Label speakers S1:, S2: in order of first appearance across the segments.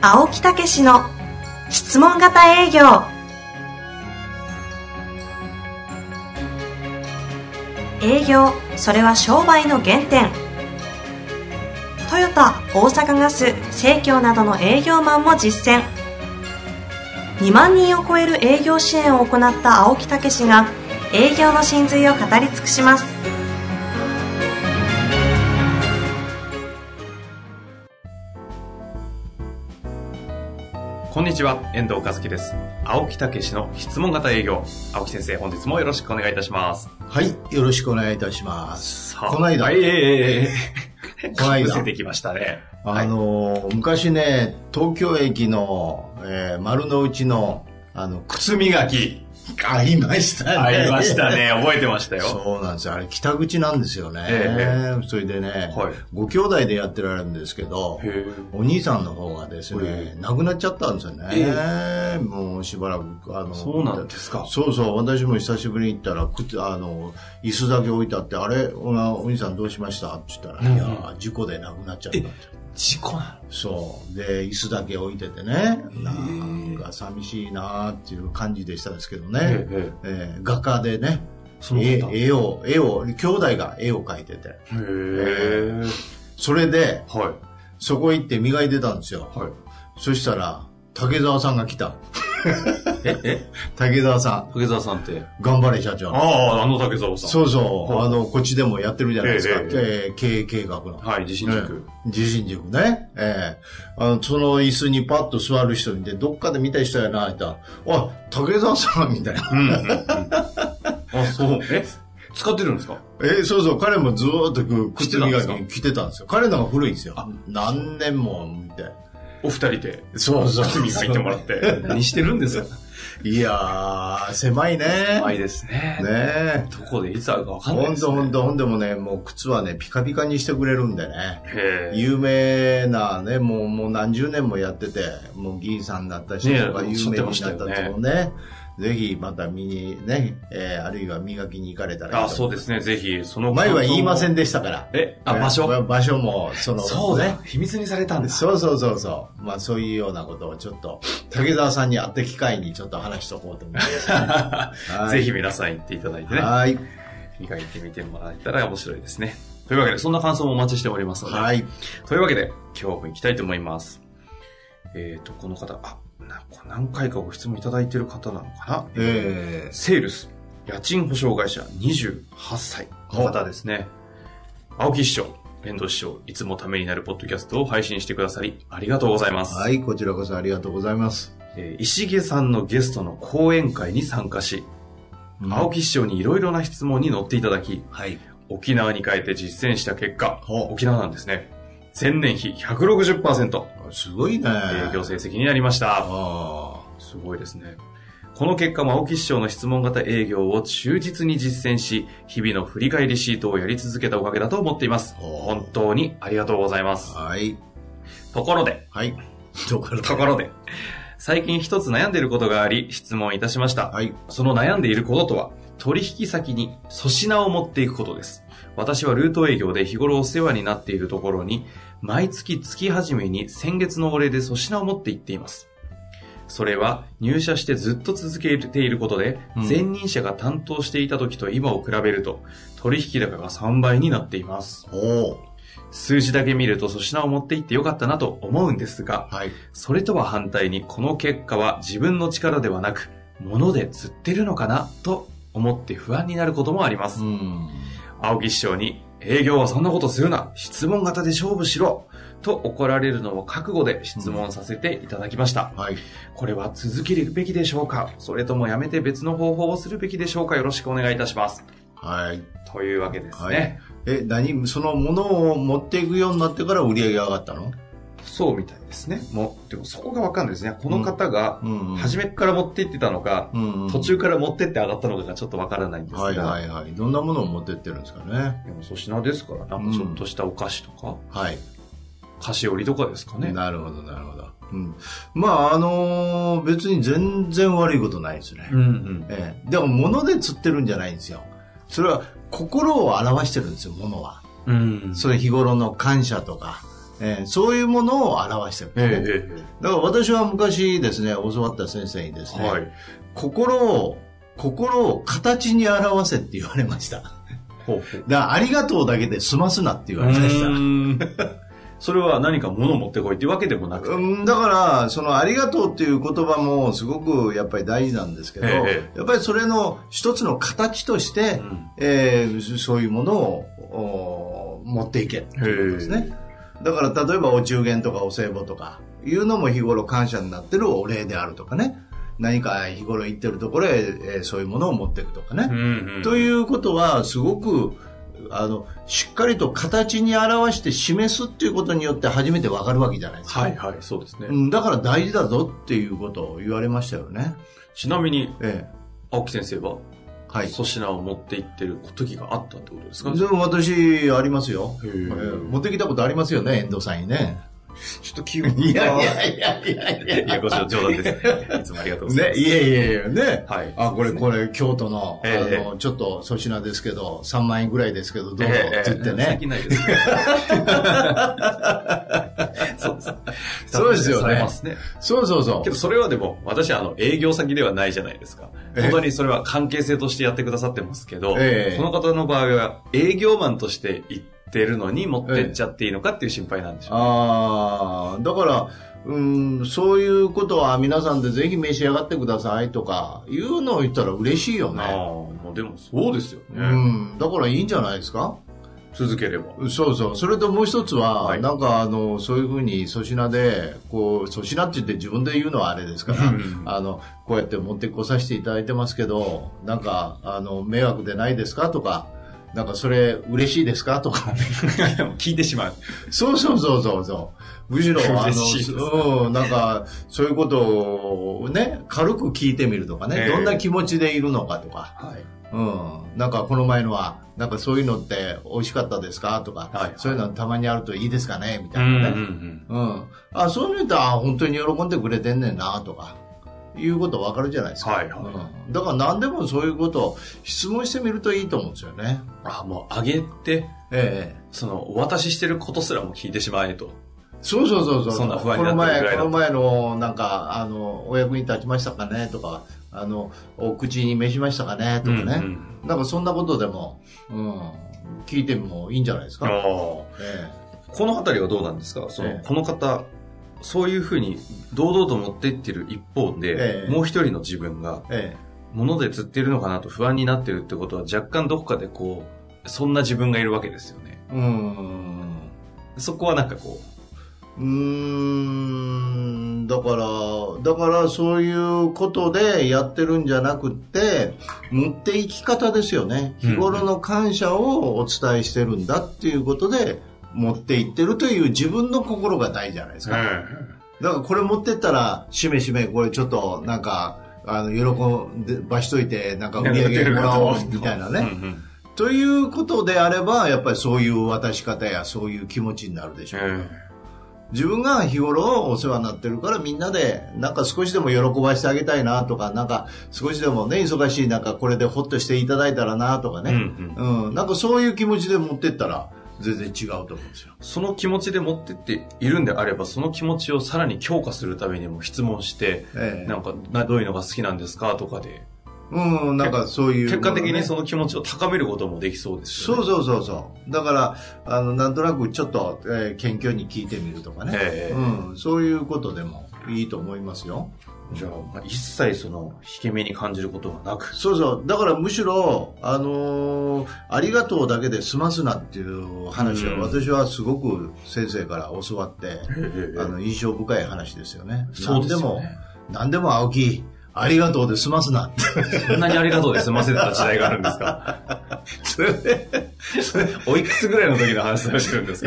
S1: 青木武の質問型営業。営業、それは商売の原点。トヨタ、大阪ガス、生協などの営業マンも実践。2万人を超える営業支援を行った青木武が営業の真髄を語り尽くします。
S2: こんにちは、遠藤和樹です。青木武の質問型営業。青木先生、本日もよろしくお願いいたします。
S3: はい、よろしくお願いいたします。
S2: この間、この間かぶせてきましたね。
S3: 昔ね、東京駅の、丸の内の
S2: 靴磨き
S3: ありましたね。
S2: ありましたね。覚えてましたよ。
S3: そうなんですよ。あれ北口なんですよね。それでね、
S2: はい、
S3: ご兄弟でやってられるんですけど、お兄さんの方がですね、亡くなっちゃったんですよね。もうしばらく
S2: そうなんですか。
S3: そうそう。私も久しぶりに行ったら椅子だけ置いてあって、あれお兄さんどうしましたって言ったら、いや事故で亡くなっちゃったって。
S2: 事故なの？
S3: そうで椅子だけ置いててね、なんか寂しいなっていう感じでしたですけどね、画家でね、絵を兄弟が絵を描いてて、それで、はい、そこ行って磨いてたんですよ、はい、そしたら竹澤さんが来た。竹澤さん。
S2: 竹澤さんって。
S3: 頑張れ社長。
S2: 竹澤さん。
S3: そうそう。こっちでもやってるじゃないですか。経営計画の。
S2: はい、自信塾。
S3: 自信塾ね。その椅子にパッと座る人見て、どっかで見た人やな、って言ったら、あ、竹澤さんみたいな。
S2: あ、そう。使ってるんですか？
S3: そうそう。彼もずーっと靴磨きに来てたんですよ。彼のが古いんですよ。何年も見て。
S2: お二人で。
S3: そうそう。
S2: 靴磨いてもらって。何してるんですか？
S3: いやー、狭いね。
S2: 狭いですね。
S3: ね
S2: どこでいつあるか分かんないですね。
S3: ほんでもね、もう靴はね、ピカピカにしてくれるんでね。有名なね、もう何十年もやってて、もう議員さんになった人とか有名になった人もね。ぜひまた見にね、あるいは磨きに行かれたらいいと思います。
S2: そうですね、ぜひ、
S3: 前は言いませんでしたから。
S2: 場
S3: 所も、
S2: そうね、秘密にされたんだ。
S3: そう。まあそういうようなことをちょっと、竹澤さんに会った機会にちょっと話しとこうと思います。
S2: ぜひ皆さん行っていただいてね。
S3: はい。
S2: 磨いてみてもらえたら面白いですね。というわけで、そんな感想もお待ちしておりますので。
S3: はい。
S2: というわけで、今日も行きたいと思います。この方、何回かご質問いただいている方なのかな、セールス、家賃保証会社28歳の方ですね。青木師匠、遠藤師匠、いつもためになるポッドキャストを配信してくださり、ありがとうございます。
S3: はい、こちらこそありがとうございます。
S2: 石毛さんのゲストの講演会に参加し、青木師匠にいろいろな質問に乗っていただき、はい、沖縄に帰って実践した結果、沖縄なんですね。前年比 160%。
S3: すごいね。
S2: 営業成績になりました。すごいですね。この結果も青木師匠の質問型営業を忠実に実践し、日々の振り返りシートをやり続けたおかげだと思っています。本当にありがとうございます。
S3: はい。
S2: ところで。
S3: はい。
S2: ところで。最近一つ悩んでいることがあり、質問いたしました。
S3: はい。
S2: その悩んでいることとは、取引先に粗品を持っていくことです。私はルート営業で日頃お世話になっているところに、毎月月始めに先月のお礼で粗品を持って行っています。それは入社してずっと続けていることで、前任者が担当していた時と今を比べると、取引高が3倍になっています。数字だけ見ると粗品を持って行ってよかったなと思うんですが、はい、それとは反対にこの結果は自分の力ではなく、物で釣ってるのかなと思って不安になることもあります。青木師匠に、営業はそんなことするな、質問型で勝負しろと怒られるのを覚悟で質問させていただきました。はい、これは続けるべきでしょうか、それともやめて別の方法をするべきでしょうか、よろしくお願いいたします。
S3: はい。
S2: というわけですね。
S3: そのものを持っていくようになってから売り上げが上がったの？
S2: そうみたいですね。でもそこがわかんないですね。この方が、初めから持って行ってたのか、途中から持ってって上がったのかがちょっとわからないんですが。
S3: はい。どんなものを持ってってるんですかね。
S2: でも粗品ですから、なんかちょっとしたお菓子とか、菓子折りとかですかね。
S3: なるほど。まあ、別に全然悪いことないですね。でも物で釣ってるんじゃないんですよ。それは心を表してるんですよ、物は。それ日頃の感謝とか、 そういうものを表してる、だから私は昔ですね、教わった先生にですね、心を形に表せって言われました。だからありがとうだけで済ますなって言われました。
S2: それは何か物を持ってこいっていうわけでもなくて、
S3: だからそのありがとうっていう言葉もすごくやっぱり大事なんですけど、やっぱりそれの一つの形として、そういうものを持っていけっていうことですね。だから例えばお中元とかお歳暮とかいうのも日頃感謝になってるお礼であるとかね、何か日頃行ってるところへ、そういうものを持っていくとかね、ということはすごくしっかりと形に表して示すっていうことによって初めて分かるわけじゃないですか。
S2: そうですね。
S3: だから大事だぞっていうことを言われましたよね。
S2: ちなみに、青木先生は粗品を持って行ってる時があったってことですか？
S3: でも私ありますよ。持ってきたことありますよね、遠藤さんにね。
S2: ちょっと気分いや、ご冗談です。いつもありがとうございます。
S3: いやね。これ京都のちょっと粗品ですけど3万円ぐらいですけどどうぞって言ってね。
S2: 最近ないです。そうです。
S3: そうですよね。
S2: そうけどそれはでも私は営業先ではないじゃないですか。本当にそれは関係性としてやってくださってますけど、この方の場合は営業マンとして行ってるのに持ってっちゃっていいのかっていう心配なんでしょう。
S3: だからそういうことは皆さんでぜひ召し上がってくださいとかいうのを言ったら嬉しいよね。
S2: でもそうですよね。
S3: だからいいんじゃないですか、
S2: 続ければ。
S3: それともう一つは、なんかそういうふうに粗品で粗品って言って自分で言うのはあれですからこうやって持ってこさせていただいてますけど、なんか迷惑でないですかとか、なんかそれ嬉しいですかとか
S2: 聞いてしまう。
S3: そうむしろなんかそういうことをね軽く聞いてみるとかね、どんな気持ちでいるのかとか、なんかこの前のはなんかそういうのって美味しかったですかとか、そういうのたまにあるといいですかねみたいなね、そういうの言ったら本当に喜んでくれてんねんなとかいうこと分かるじゃないですか。だから何でもそういうことを質問してみるといいと思うんですよね。
S2: もうあげて、お渡ししてることすらも聞いてしまえと。
S3: そん
S2: な不安になってるぐらい
S3: この前のなんかお役に立ちましたかねとか、お口に召しましたかねとかね、なんかそんなことでも、聞いてもいいんじゃないですか。
S2: このあたりはどうなんですか？この方そういうふうに堂々と持っていってる一方で、もう一人の自分が物で釣ってるのかなと不安になってるってことは、若干どこかでそんな自分がいるわけですよね。そこはなんか
S3: だからそういうことでやってるんじゃなくって持っていき方ですよね。日頃の感謝をお伝えしてるんだっていうことで持っていってるという自分の心が大事じゃないですか。だからこれ持ってったらしめこれちょっとなんか喜ばしといてなんか売り上げもらおうみたいなねということであればやっぱりそういう渡し方やそういう気持ちになるでしょう。自分が日頃お世話になってるからみんなでなんか少しでも喜ばしてあげたいなとか、なんか少しでもね忙しい中これでホッとしていただいたらなとかね、なんかそういう気持ちで持ってったら全然違うと思うんですよ。
S2: その気持ちで持ってっているんであれば、その気持ちをさらに強化するためにも質問して、なんかどういうのが好きなんですかとかで、
S3: なんかそういう、
S2: 結果的にその気持ちを高めることもできそうですよね。
S3: そうだからなんとなくちょっと、謙虚に聞いてみるとかね、そういうことでもいいと思いますよ。
S2: じゃあ、一切引け目に感じることはなく。
S3: だからむしろありがとうだけで済ますなっていう話は私はすごく先生から教わって印象深い話ですよね。
S2: そうですよね。
S3: 何でも青木ありがとうで済ますなって。
S2: そんなにありがとうで済ませてた時代があるんですか？おいくつぐらいの時の話されてるんですか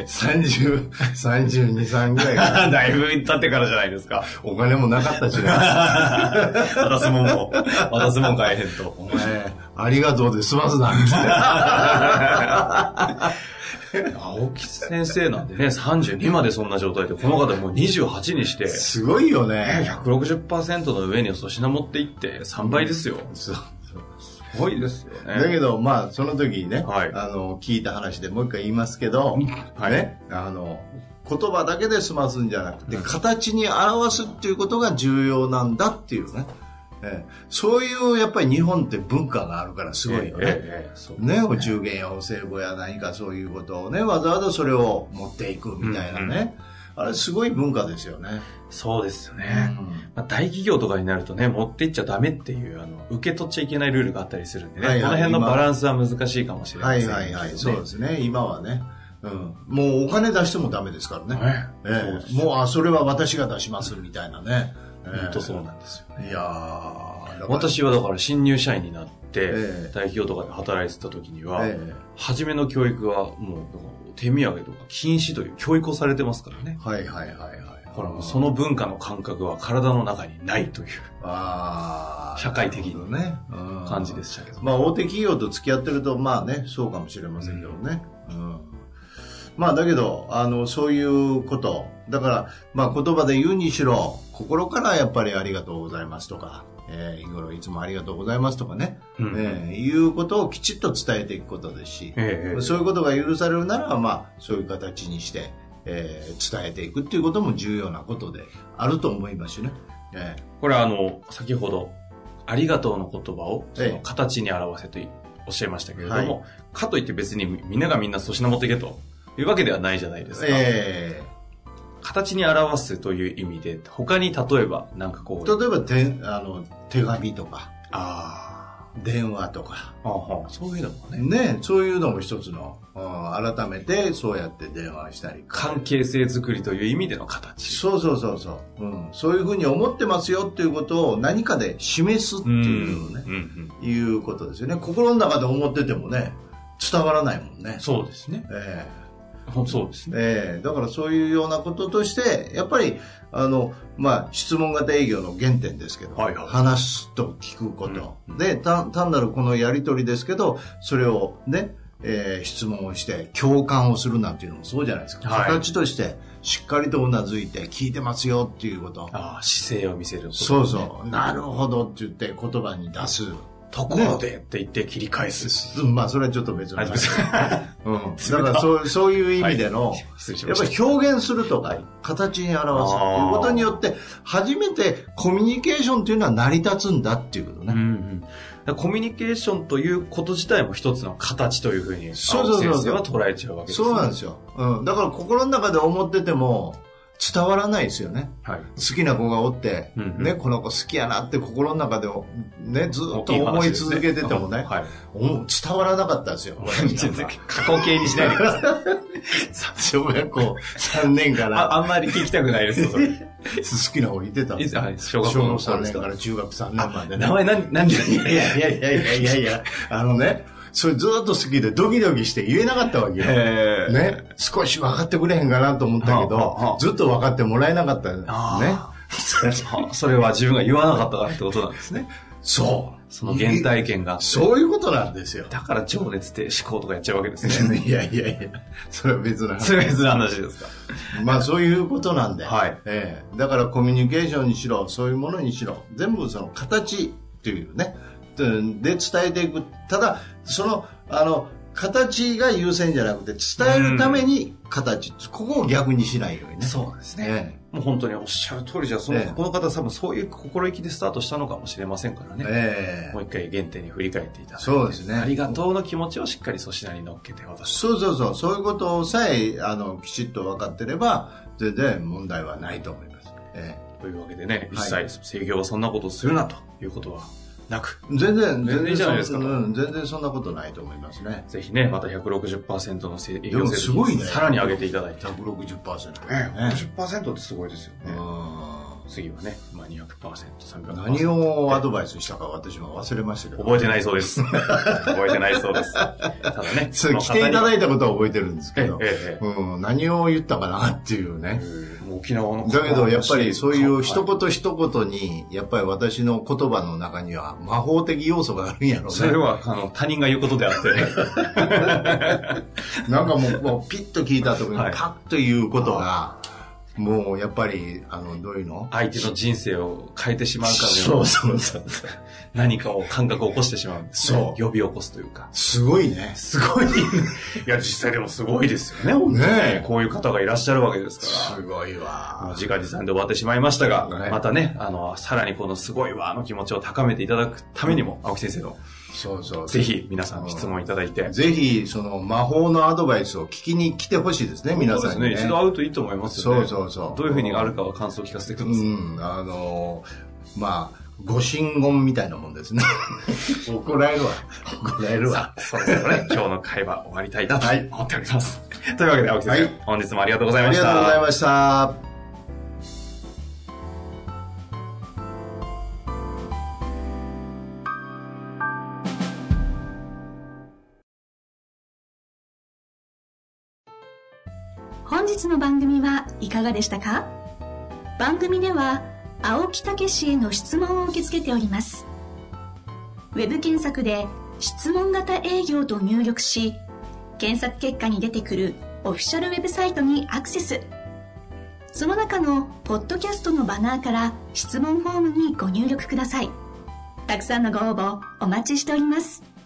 S3: ？32、3ぐらいかな。
S2: だいぶ経ってからじゃないですか。
S3: お金もなかったしな。
S2: 渡すもん買えへんと。
S3: お前、ありがとうで済ますなって。
S2: 青木先生なんでね、32までそんな状態で、この方もう28にして。
S3: すごいよね。
S2: 160% の上に粗品持っていって3倍ですよ。
S3: す
S2: ごいですよね。
S3: だけど、まあ、その時にね、
S2: はい、
S3: 聞いた話でもう一回言いますけど、
S2: はい、
S3: ね、言葉だけで済ますんじゃなくて、形に表すっていうことが重要なんだっていうね。そういうやっぱり日本って文化があるからすごいよね。ね、お中元やお歳暮や何かそういうことをね、わざわざそれを持っていくみたいなね。あれすごい文化ですよね。
S2: そうですよね。まあ、大企業とかになるとね、持っていっちゃダメっていう、受け取っちゃいけないルールがあったりするんでね、この辺のバランスは難しいかもしれませんね。
S3: はいはいはい、そうですね、今はね。もうお金出してもダメですからね。もう、それは私が出しますみたいなね。
S2: 本当そうなんですよね。
S3: いや
S2: 私はだから新入社員になって、大企業とかで働いてた時には、初めの教育はもう手土産とか禁止という教育をされてますからね。
S3: はいはいはいはい。
S2: だからその文化の感覚は体の中にないという、社会的な感じでしたけど。
S3: まあ大手企業と付き合ってると、まあね、そうかもしれませんけどね。まあだけど、そういうこと。だから、まあ言葉で言うにしろ、心からやっぱりありがとうございますとか、日頃いつもありがとうございますとかね、いうことをきちっと伝えていくことですし、そういうことが許されるなら、まあそういう形にして、伝えていくっていうことも重要なことであると思いますしね。
S2: これは先ほど、ありがとうの言葉をその形に表せとおっしゃいましたけれども、かといって別にみんながみんな粗品持っていけというわけではないじゃないですか。形に表すという意味で、他に例えば、なんかこう。
S3: 例えば手紙とか、電話とか、
S2: そういうのも
S3: ね。そういうのも一つの、改めてそうやって電話したり。
S2: 関係性づくりという意味での形。
S3: そう。そういうふうに思ってますよっていうことを何かで示すっていうね、いうことですよね。心の中で思っててもね、伝わらないもんね。
S2: そうですね。そうですね。
S3: だからそういうようなこととして、やっぱり、まあ、質問型営業の原点ですけど、話すと聞くこと。で、単なるこのやりとりですけど、それをね、質問をして共感をするなんていうのもそうじゃないですか。形としてしっかりとうなずいて聞いてますよっていうこと。
S2: 姿勢を見せること、
S3: そう。なるほどって言って言葉に出す。
S2: ところでって言って切り返す。
S3: まあそれはちょっと別の話。だからそういう意味での、やっぱり表現するとか、形に表すっていうことによって、初めてコミュニケーションっていうのは成り立つんだっていうことね。
S2: コミュニケーションということ自体も一つの形というふうに、先生は捉えちゃうわけですね。
S3: そうなんですよ。だから心の中で思ってても、伝わらないですよね。好きな子がおって、ね、この子好きやなって心の中でね、ずっと思い続けててもね、伝わらなかったですよ。
S2: 全然過去形にしないでください。
S3: 小学校3年から
S2: あんまり聞きたくないですよ、それ。
S3: 好きな子いてたんですよ。
S2: 小学校の
S3: 3年から中学3年までね。
S2: 名前何
S3: いや、それずっと好きでドキドキして言えなかったわけよ。ね。少し分かってくれへんかなと思ったけど、ずっと分かってもらえなかったね。
S2: それは自分が言わなかったからってことなんですね。
S3: そう。
S2: その原体験が。
S3: そういうことなんですよ。
S2: だから情熱で思考とかやっちゃうわけですね。
S3: いや。それは別の話。
S2: それは別の話ですか。
S3: まあそういうことなんで。だからコミュニケーションにしろ、そういうものにしろ、全部その形っていうね。で伝えていく。ただ形が優先じゃなくて伝えるために形、ここを逆にしないようにね。
S2: そうですね。もう本当におっしゃる通りじゃ、この方多分そういう心意気でスタートしたのかもしれませんからね。もう一回原点に振り返っていただいて。
S3: そうですね。
S2: ありがとうの気持ちをしっかり粗品に乗っけて渡す。
S3: そういうことさえきちっと分かってれば全然問題はないと思います。
S2: というわけでね、一切制御はそんなことをするなということはなく。
S3: 全然
S2: いいじゃないですか。
S3: 全然そんなことないと思いますね。
S2: ぜひね、また 160% の営業成
S3: すごいね。
S2: さらに上げていただいて。
S3: 160%。
S2: 60% ってすごいですよね。次はね、200%、300%。
S3: 何をアドバイスしたか私も忘れましたけど。
S2: 覚えてないそうです。覚えてないそうです。ただね。
S3: それ来ていただいたことは覚えてるんですけど、何を言ったかなっていうね。
S2: 沖縄の
S3: だけどやっぱりそういう一言一言にやっぱり私の言葉の中には魔法的要素があるんやろうね。
S2: それは他人が言うことであってね。
S3: なんかもうピッと聞いた時にパッと言うことがもうやっぱりどういうの、
S2: 相手の人生を変えてしまうかのような、
S3: そう
S2: 何かを感覚を起こしてしまうんですね。呼び起こすというか。
S3: すごいね。
S2: すごい。いや、実際でもすごいですよね、本当にね。こういう方がいらっしゃるわけですから。
S3: すごいわ。
S2: 自画自賛で終わってしまいましたが、またね、さらにこのすごいわの気持ちを高めていただくためにも、青木先生の、ぜひ皆さん質問いただいて。
S3: ぜひ、その魔法のアドバイスを聞きに来てほしいですね、皆さんにね。
S2: そうですね、一度会うといいと思いますよね。
S3: そう。
S2: どういうふうにあるかは感想を聞かせてください。
S3: まあ、ご神言みたいなもんですね。怒られるわ。
S2: そうですよね。今日の会話終わりたいなと思っております。というわけで、青木先生、本日もありがとうございました。
S3: ありがとうございました。
S4: 本日の番組はいかがでしたか？番組では青木武氏への質問を受け付けております。ウェブ検索で質問型営業と入力し、検索結果に出てくるオフィシャルウェブサイトにアクセス。その中のポッドキャストのバナーから質問フォームにご入力ください。たくさんのご応募お待ちしております。